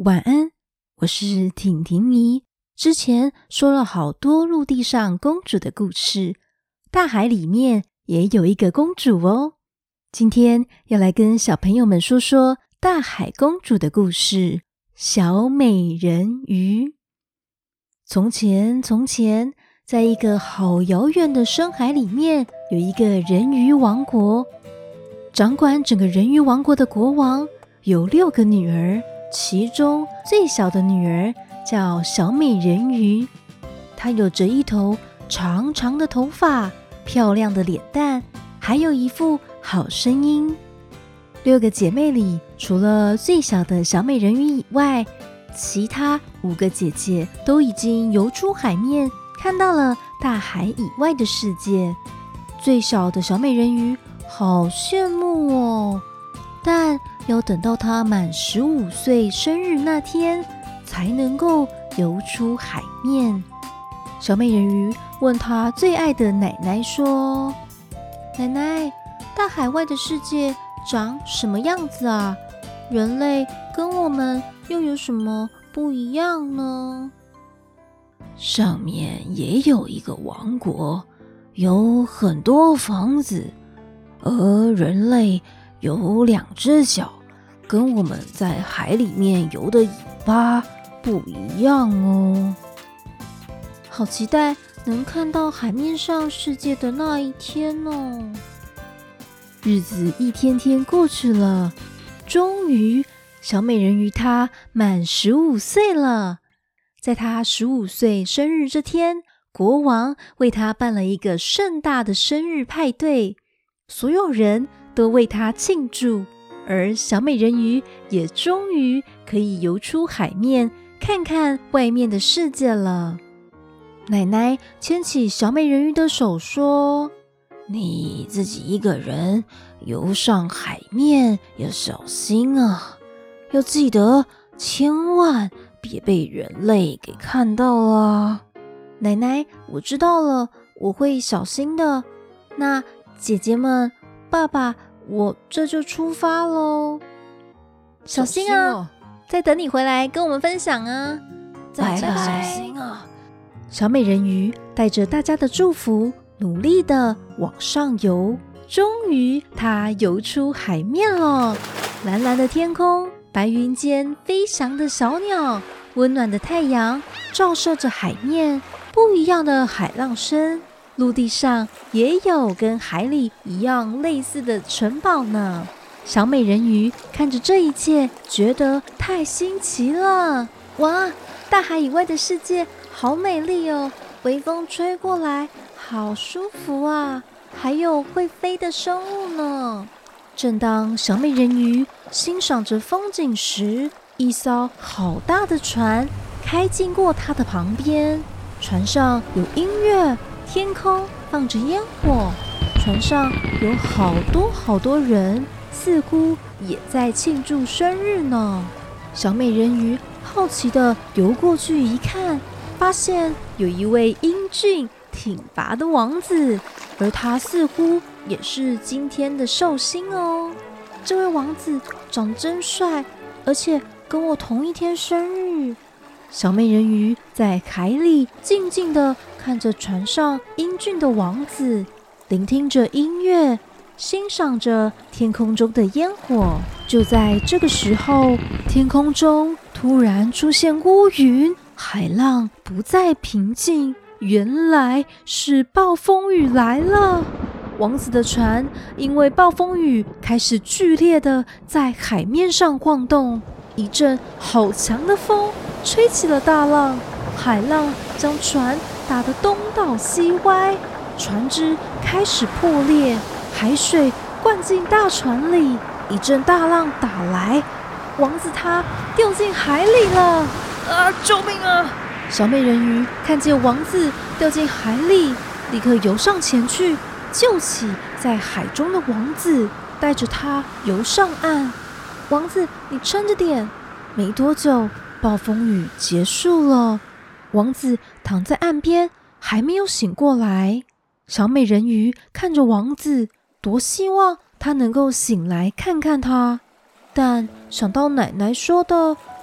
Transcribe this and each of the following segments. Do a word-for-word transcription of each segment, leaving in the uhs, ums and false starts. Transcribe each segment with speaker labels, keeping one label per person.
Speaker 1: 晚安，我是婷婷姨。之前说了好多陆地上公主的故事，大海里面也有一个公主哦。今天要来跟小朋友们说说大海公主的故事——小美人鱼。从前，从前，在一个好遥远的深海里面，有一个人鱼王国。掌管整个人鱼王国的国王有六个女儿，其中最小的女儿叫小美人鱼。她有着一头长长的头发，漂亮的脸蛋，还有一副好声音。六个姐妹里，除了最小的小美人鱼以外，其他五个姐姐都已经游出海面，看到了大海以外的世界。最小的小美人鱼好羡慕哦，但要等到她满十五岁生日那天，才能够游出海面。小美人鱼问她最爱的奶奶说：“奶奶，大海外的世界长什么样子啊？人类跟我们又有什么不一样呢？”
Speaker 2: 上面也有一个王国，有很多房子，而人类有两只脚，跟我们在海里面游的尾巴不一样哦。
Speaker 1: 好期待能看到海面上世界的那一天哦。日子一天天过去了，终于小美人鱼她满十五岁了。在她十五岁生日这天，国王为她办了一个盛大的生日派对，所有人都为她庆祝，而小美人鱼也终于可以游出海面，看看外面的世界了。奶奶牵起小美人鱼的手说：“
Speaker 2: 你自己一个人游上海面要小心啊，要记得千万别被人类给看到了。”
Speaker 1: 奶奶，我知道了，我会小心的。那姐姐们，爸爸，我这就出发咯。小心啊，哦，再等你回来跟我们分享啊。
Speaker 2: 拜拜，小心啊。
Speaker 1: 小美人鱼带着大家的祝福，努力的往上游。终于，她游出海面了。蓝蓝的天空，白云间飞翔的小鸟，温暖的太阳照射着海面，不一样的海浪声。陆地上也有跟海里一样类似的城堡呢。小美人鱼看着这一切，觉得太新奇了。哇，大海以外的世界好美丽哦，微风吹过来，好舒服啊！还有会飞的生物呢。正当小美人鱼欣赏着风景时，一艘好大的船开经过她的旁边。船上有音乐，天空放着烟火，船上有好多好多人，似乎也在庆祝生日呢。小美人鱼好奇地游过去一看，发现有一位英俊挺拔的王子，而他似乎也是今天的寿星哦。这位王子长真帅，而且跟我同一天生日。小美人鱼在海里静静地看着船上英俊的王子，聆听着音乐，欣赏着天空中的烟火。就在这个时候，天空中突然出现乌云，海浪不再平静，原来是暴风雨来了。王子的船因为暴风雨开始剧烈的在海面上晃动，一阵好强的风吹起了大浪，海浪将船打得东倒西歪，船只开始破裂，海水灌进大船里，一阵大浪打来，王子他掉进海里了！
Speaker 2: 啊，救命啊！
Speaker 1: 小美人鱼看见王子掉进海里，立刻游上前去救起在海中的王子，带着他游上岸。王子，你撑着点。没多久，暴风雨结束了，王子躺在岸边，还没有醒过来。小美人鱼看着王子，多希望他能够醒来看看他，但想到奶奶说的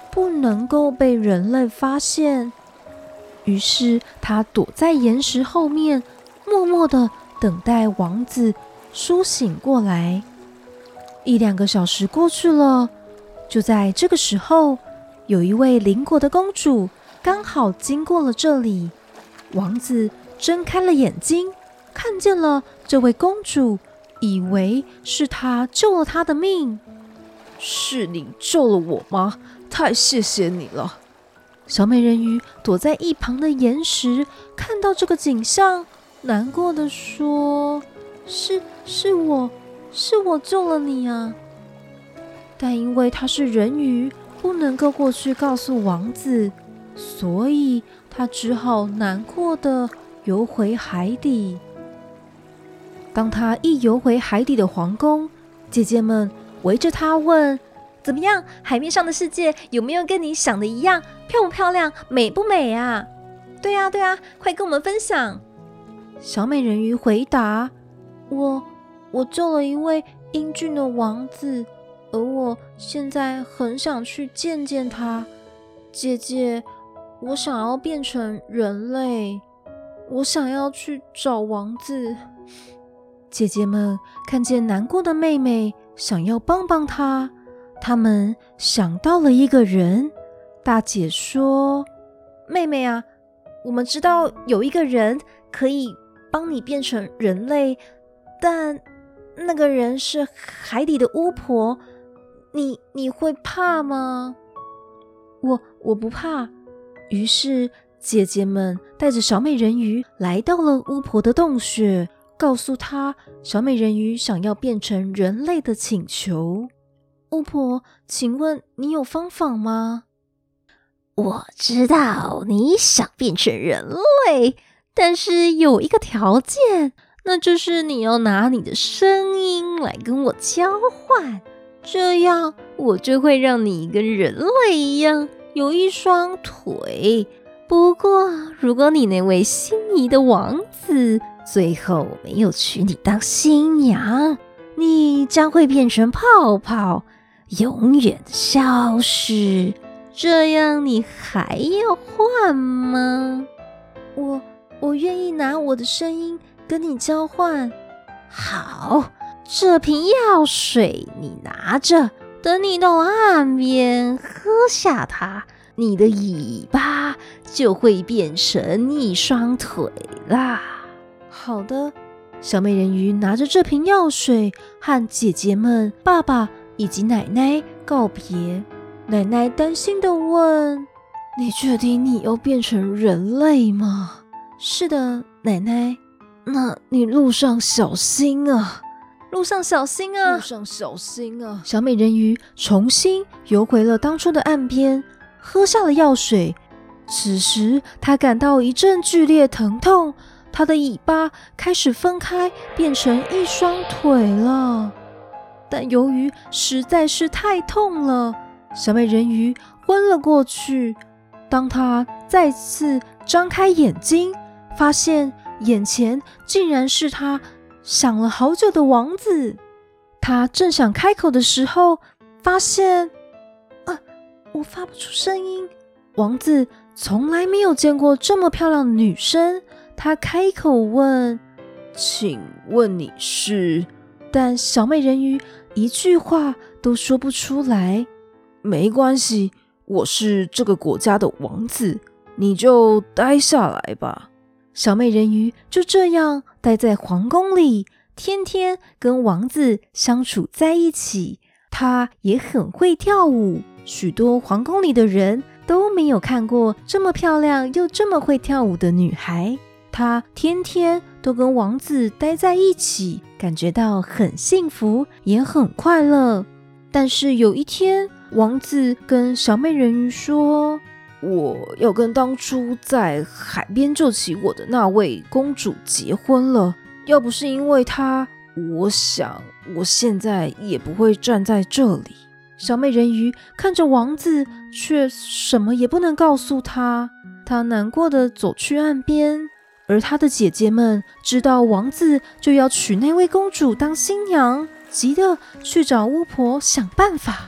Speaker 1: 不能够被人类发现。于是他躲在岩石后面，默默地等待王子苏醒过来。一两个小时过去了，就在这个时候，有一位邻国的公主刚好经过了这里。王子睁开了眼睛，看见了这位公主，以为是她救了他的命。
Speaker 3: 是你救了我吗？太谢谢你了。
Speaker 1: 小美人鱼躲在一旁的岩石，看到这个景象，难过的说：是是我是我救了你啊。但因为她是人鱼，不能够过去告诉王子，所以她只好难过的游回海底。当她一游回海底的皇宫，姐姐们围着她问：怎么样？海面上的世界有没有跟你想的一样？漂不漂亮？美不美啊？对啊对啊，快跟我们分享。小美人鱼回答：我我救了一位英俊的王子，而我现在很想去见见他。姐姐，我想要变成人类，我想要去找王子。姐姐们看见难过的妹妹，想要帮帮她。她们想到了一个人。大姐说：妹妹啊，我们知道有一个人可以帮你变成人类，但那个人是海底的巫婆，你你会怕吗？我我不怕。于是姐姐们带着小美人鱼来到了巫婆的洞穴，告诉她小美人鱼想要变成人类的请求。巫婆，请问你有方法吗？
Speaker 2: 我知道你想变成人类，但是有一个条件，那就是你要拿你的声音来跟我交换，这样我就会让你跟人类一样有一双腿。不过如果你那位心仪的王子最后没有娶你当新娘，你将会变成泡泡，永远的消失。这样你还要换吗？
Speaker 1: 我我愿意拿我的声音跟你交换。
Speaker 2: 好，这瓶药水你拿着，等你到岸边喝下它，你的尾巴就会变成一双腿啦。
Speaker 1: 好的。小美人鱼拿着这瓶药水，和姐姐们、爸爸以及奶奶告别。奶奶担心地问：你确定你要变成人类吗？是的，奶奶。那你路上小心啊！路上小心啊！
Speaker 3: 路上小心啊！
Speaker 1: 小美人鱼重新游回了当初的岸边，喝下了药水。此时她感到一阵剧烈疼痛，她的尾巴开始分开，变成一双腿了。但由于实在是太痛了，小美人鱼昏了过去。当她再次张开眼睛，发现眼前竟然是她想了好久的王子。她正想开口的时候，发现啊，我发不出声音。王子从来没有见过这么漂亮的女生，他开口问：
Speaker 3: 请问你是？
Speaker 1: 但小美人鱼一句话都说不出来。
Speaker 3: 没关系，我是这个国家的王子，你就待下来吧。
Speaker 1: 小美人鱼就这样待在皇宫里，天天跟王子相处在一起。她也很会跳舞，许多皇宫里的人都没有看过这么漂亮又这么会跳舞的女孩。她天天都跟王子待在一起，感觉到很幸福，也很快乐。但是有一天，王子跟小美人鱼说：
Speaker 3: 我要跟当初在海边救起我的那位公主结婚了，要不是因为她，我想我现在也不会站在这里。
Speaker 1: 小美人鱼看着王子，却什么也不能告诉他。她难过地走去岸边，而她的姐姐们知道王子就要娶那位公主当新娘，急得去找巫婆想办法。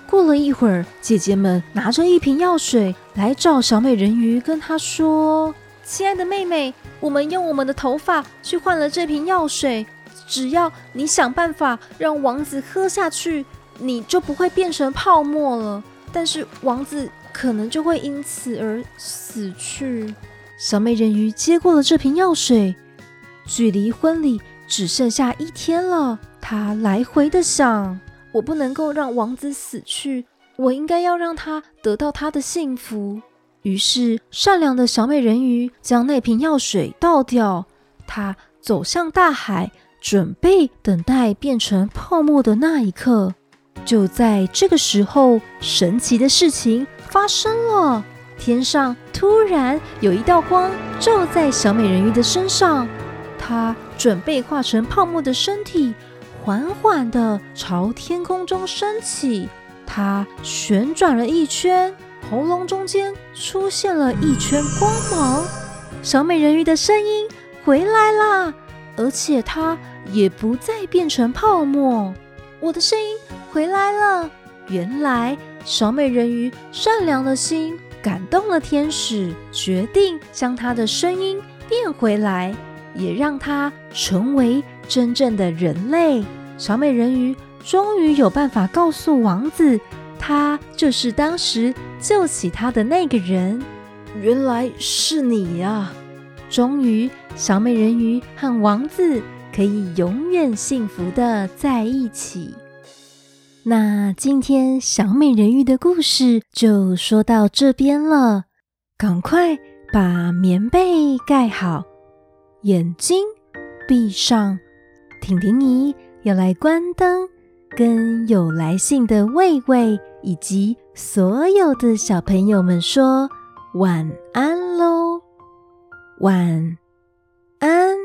Speaker 3: 过了一会儿，姐姐们拿着一瓶药水来找小美人鱼，跟她说：亲爱的妹妹，我们用我们的头发去换了这瓶药水，只要你想办法让王子喝下去，你就不会变成泡沫了，但是王子可能就会因此而死去。小美人鱼接过了这瓶药水，距离婚礼只剩下一天了，她来回的想，我不能够让王子死去，我应该要让他得到他的幸福。于是善良的小美人鱼将那瓶药水倒掉，她走向大海，准备等待变成泡沫的那一刻。就在这个时候，神奇的事情发生了，天上突然有一道光照在小美人鱼的身上，她准备化成泡沫的身体缓缓地朝天空中升起，它旋转了一圈，喉咙中间出现了一圈光芒。小美人鱼的声音回来啦，而且它也不再变成泡沫。我的声音回来了。原来小美人鱼善良的心感动了天使，决定将她的声音变回来，也让她成为真正的人类。小美人鱼终于有办法告诉王子，他就是当时救起他的那个人。原来是你呀！终于，小美人鱼和王子可以永远幸福的在一起。那今天小美人鱼的故事就说到这边了，赶快把棉被盖好，眼睛闭上。婷婷姨要来关灯，跟有来信的魏魏以及所有的小朋友们说晚安喽，晚安。